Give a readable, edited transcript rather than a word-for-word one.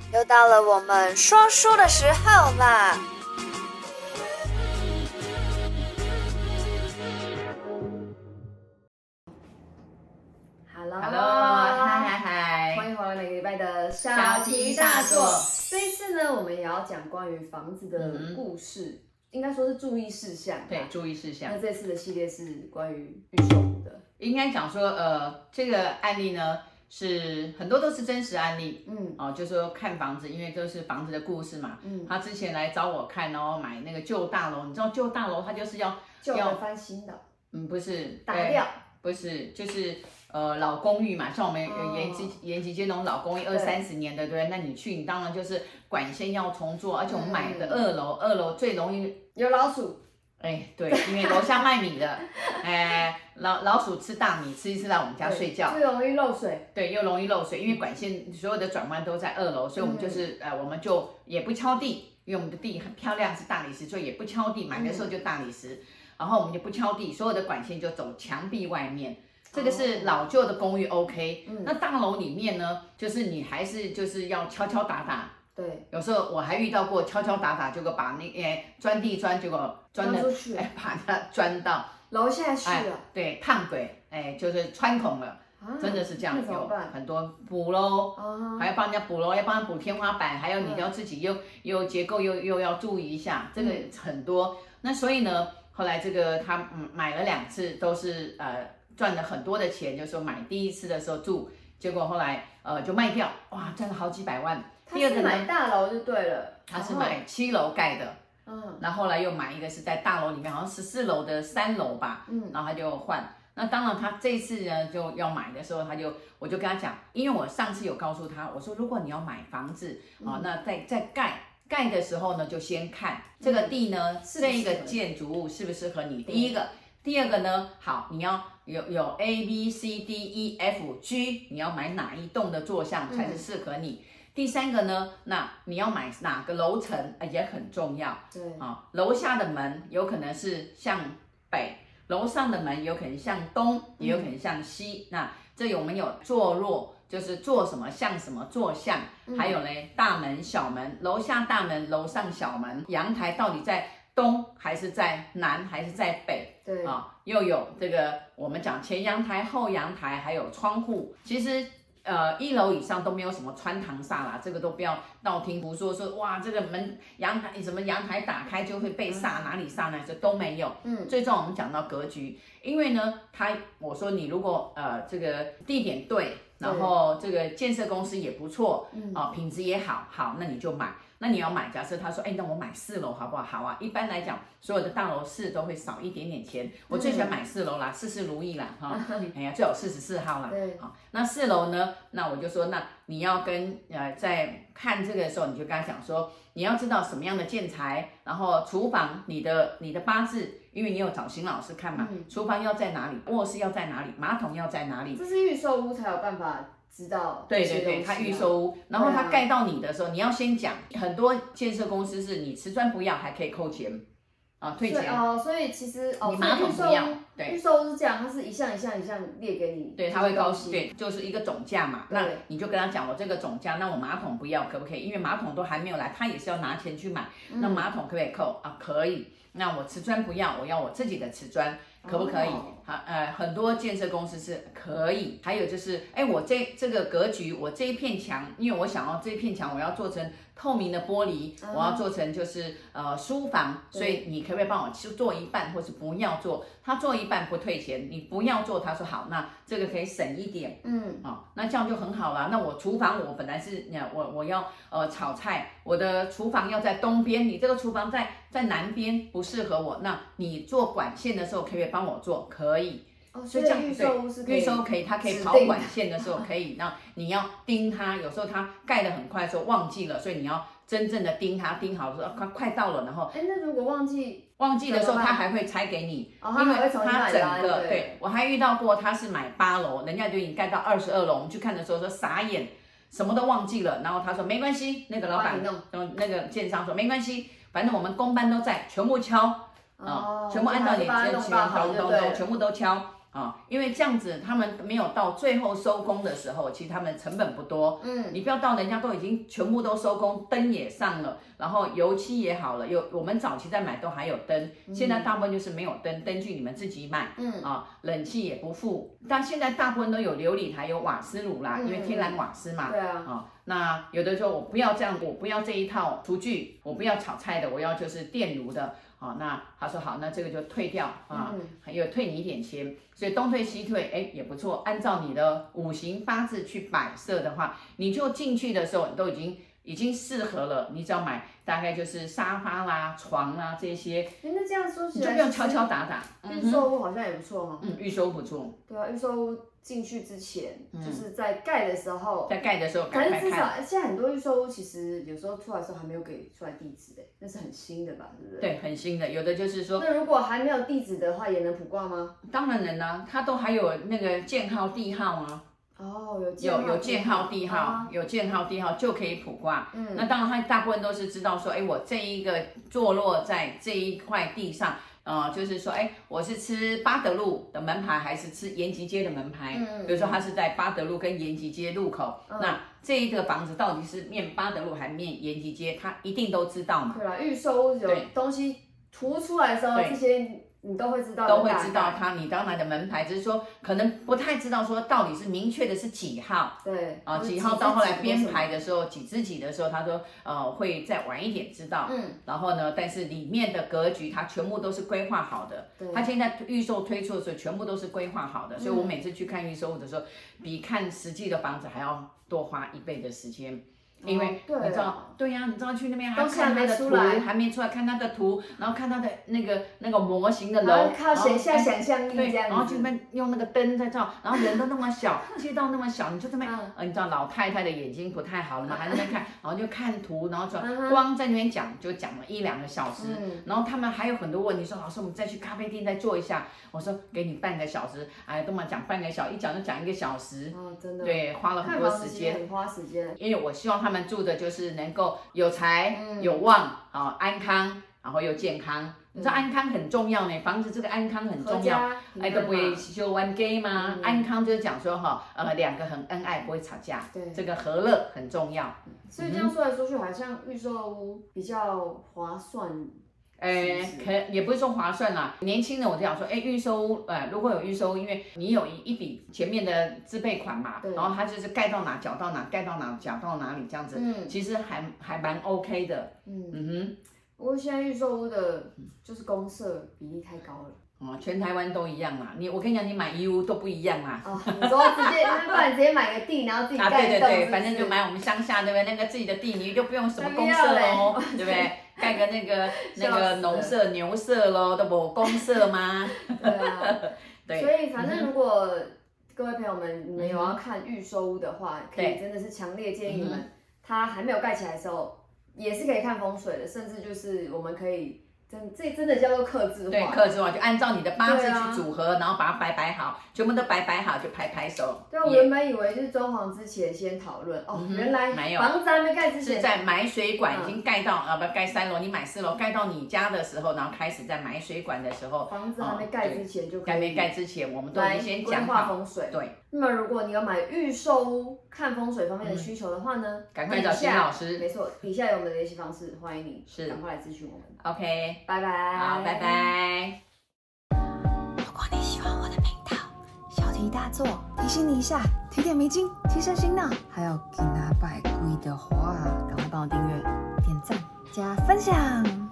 又到了我们说书的时候啦 ！Hello， 嗨， 欢迎回来每个礼拜的小题大做。这一次呢，我们也要讲关于房子的故事，应该说是注意事项。 对，注意事项。 那这次的系列是关于预售屋的。 应该讲说，这个案例呢是很多都是真实案例。就是说看房子，因为都是房子的故事嘛。他之前来找我看，然后买那个旧大楼，你知道旧大楼它就是要旧的翻新的。 不是打掉。 不是，就是老公寓嘛，像我们延吉街那种老公寓，20-30年的，对不对？那你去，你当然就是管线要重做，而且我们买的二楼最容易有老鼠。 对，因为楼下卖米的，老鼠吃大米，吃一吃到我们家睡觉， 最容易漏水。 对，又容易漏水，因为管线所有的转弯都在2楼，所以我们就是我们就也不敲地，因为我们的地很漂亮，是大理石，所以也不敲地，买的时候就大理石。然后我们就不敲地，所有的管线就走墙壁外面。这个是老旧的公寓 OK。那大楼里面呢，就是你还是就是要敲敲打打。 对。 有时候我还遇到过敲敲打打，结果把那钻地砖，结果钻的把它钻到楼下去了。 对，烫轨，就是穿孔了。真的是这样，有很多补咯，还要帮人家补咯，要帮他补天花板，还有你要自己又结构又要注意一下，这个很多。那所以呢，后来这个他买了2次，都是赚了很多的钱，就是说买第一次的时候住，结果后来就卖掉，哇，赚了好几百万。 第二个买大楼就对了， 他是买7楼盖的，然后后来又买一个是在大楼里面，好像14楼的3楼吧，然后他就换。那当然，他这次呢就要买的时候，我就跟他讲，因为我上次有告诉他，我说如果你要买房子那在盖的时候呢，就先看这个地呢，这个建筑物适不适合你。第一个，第二个呢，好，你要有 A B C D E F G， 你要买哪一栋的坐向才是适合你。第3个呢，那你要买哪个楼层也很重要。 对楼下的门有可能是向北。楼上的门有可能向东，也有可能向西。那这我们有坐落，就是坐什么向什么坐向。还有呢，大门、小门，楼下大门，楼上小门。阳台到底在东还是在南还是在北？ 对又有这个我们讲前阳台、后阳台，还有窗户。其实1楼以上都没有什么穿堂煞啦，这个都不要道听途说哇，这个门阳台什么阳台打开就会被煞，哪里煞呢？这都没有。最重要我们讲到格局，因为呢，我说你如果这个地点对，然后这个建设公司也不错，品质也好，那你就买。那你要买，假设他说，那我买4楼好不好？好啊。一般来讲，所有的大楼4都会少一点点钱。我最喜欢买4楼啦，事事如意啦，最好44号啦。 对。 那4楼呢？那我就说，那你要跟在看这个的时候，你就跟他讲说，你要知道什么样的建材，然后厨房你的八字，因为你有找邢老师看嘛，厨房要在哪里，卧室要在哪里，马桶要在哪里。 这是预售屋才有办法知道。 对，他预售屋，然后他盖到你的时候，你要先讲。很多建设公司是你瓷砖不要，还可以扣钱退钱。 所以其实你马桶不要，对， 预售屋是这样，它是一项一项列给你。 对，他会告诉，对，就是一个总价嘛。那你就跟他讲，我这个总价，那我马桶不要可不可以？因为马桶都还没有来，他也是要拿钱去买。那马桶可不可以扣可以。那我瓷砖不要，我要我自己的瓷砖。可不可以？很多建设公司是可以。还有就是，我这个格局，我这一片墙，因为我想要这一片墙，我要做成透明的玻璃，我要做成就是书房，所以你可不可以帮我做一半，或是不要做？他做一半不退钱，你不要做，他说好，那这个可以省一点，那这样就很好了。那我厨房我本来是我要炒菜，我的厨房要在东边，你这个厨房在南边不适合我，那你做管线的时候可不可以帮我做？可以。 所以这样预售屋是可以， 预售可以，它可以跑管线的时候可以，那你要盯它，有时候它盖得很快的时候忘记了，所以你要真正的盯它，盯好的时候快到了，然后那如果忘记的时候，它还会拆给你， 因为它整个对我还遇到过，他是买8楼，人家就已经盖到22楼，我们去看的时候说傻眼，什么都忘记了，然后他说没关系，那个老板那个建商说没关系，反正我们工班都在，全部敲全部按照你这全部都敲。 因为这样子他们没有到最后收工的时候，其实他们成本不多。你不要到人家都已经全部都收工，灯也上了，然后油漆也好了，我们早期在买都还有灯，现在大部分就是没有灯，灯具你们自己买。冷气也不付，但现在大部分都有流理台，有瓦斯炉啦，因为天然瓦斯嘛。 对啊。 那有的说我不要这样，我不要这一套厨具，我不要炒菜的，我要就是电炉的。那他说好，那这个就退掉有退你一点钱，所以东退西退，也不错。按照你的五行八字去摆设的话，你就进去的时候，你都已经适合了，你只要买大概就是沙发啦、床啦这些。 那这样说起来， 你就不用敲敲打打。 预售屋好像也不错哈。 预售屋不错。 对啊，预售屋进去之前，就是在盖的时候， 可是至少现在很多预售屋其实有时候出来的时候还没有给出来地址那是很新的吧，对不对？ 对，很新的，有的就是说。 那如果还没有地址的话，也能卜卦吗？ 当然能啊，它都还有那个建号地号啊。有建号地号，有建号地号就可以卜卦。那当然，他大部分都是知道说，我这一个坐落在这一块地上，就是说，我是吃八德路的门牌，还是吃延吉街的门牌？比如说，他是在八德路跟延吉街路口，那这一个房子到底是面八德路还面延吉街，他一定都知道嘛。 对啦，预售有东西涂出来的时候，这些。你都会知道， 你当然的门牌，只是说可能不太知道说到底是明确的是几号。 对几号到后来编排的时候，几之几的时候，他说会再晚一点知道。然后呢，但是里面的格局它全部都是规划好的。他现在预售推出的时候，全部都是规划好的，所以我每次去看预售屋的时候，比看实际的房子还要多花1倍的时间。因为你知道，对呀，你知道去那边还看他的图，还没出来，看他的图，然后看他的那个模型的楼， 靠写下想象力这样子， 然后就那边用那个灯在照，然后人都那么小，街道那么小，你就这边，你知道老太太的眼睛不太好了嘛，还在那边看，然后就看图，然后光在那边讲就讲了1-2个小时，然后他们还有很多问题，说老师我们再去咖啡厅再坐一下，我说给你半个小时，都嘛讲半个小时，一讲就讲1个小时， 真的， 对，花了很多时间， 很花时间， 因为我希望他们住的就是能够有财有旺安康，然后又健康。你知道安康很重要呢，房子这个安康很重要。都不会修完 gay 吗？安康就是讲说2个很恩爱不会吵架，这个和乐很重要。 所以这样说来说去，好像预售屋比较划算。 也不是说划算啦。年轻人我就想说，预售屋，如果有预售屋，因为你有一笔前面的自备款嘛，然后它就是盖到哪缴到哪，盖到哪缴到哪里这样子，其实还蛮 OK 的。 不过现在预售屋的就是公设比例太高了。 全台湾都一样啦。我跟你讲，你买一屋都不一样啦。 你说不然直接买个地，然后自己盖对，反正就买我们乡下对不对？那个自己的地，你就不用什么公设咯，对不对？盖个那个农舍、牛舍咯，都不公设吗？ 对啊，对。所以反正如果各位朋友们你们有要看预售屋的话，可以真的是强烈建议你们，它还没有盖起来的时候，也是可以看风水的，甚至就是我们可以。这真的叫做客制化。 对，客制化就按照你的八字去组合，然后把它摆好，全部都摆好就拍手。 对，我原本以为就是装潢之前先讨论原来房子还没盖之前是在埋水管已经盖到盖3楼，你买4楼盖到你家的时候，然后开始在埋水管的时候， 房子还没盖之前就可以。 还没盖之前，我们都已经先讲好风水。 对。 那么如果你有买预售屋看风水方面的需求的话呢， 赶快找辛老师。 没错，底下有我们的联系方式，欢迎你赶快来咨询我们。 OK， 拜拜。 好，拜拜。 如果你喜欢我的频道，小题大做，提醒你一下，提点迷津，提升心脑。还有给拿百贵的话，赶快帮我订阅、点赞、加分享。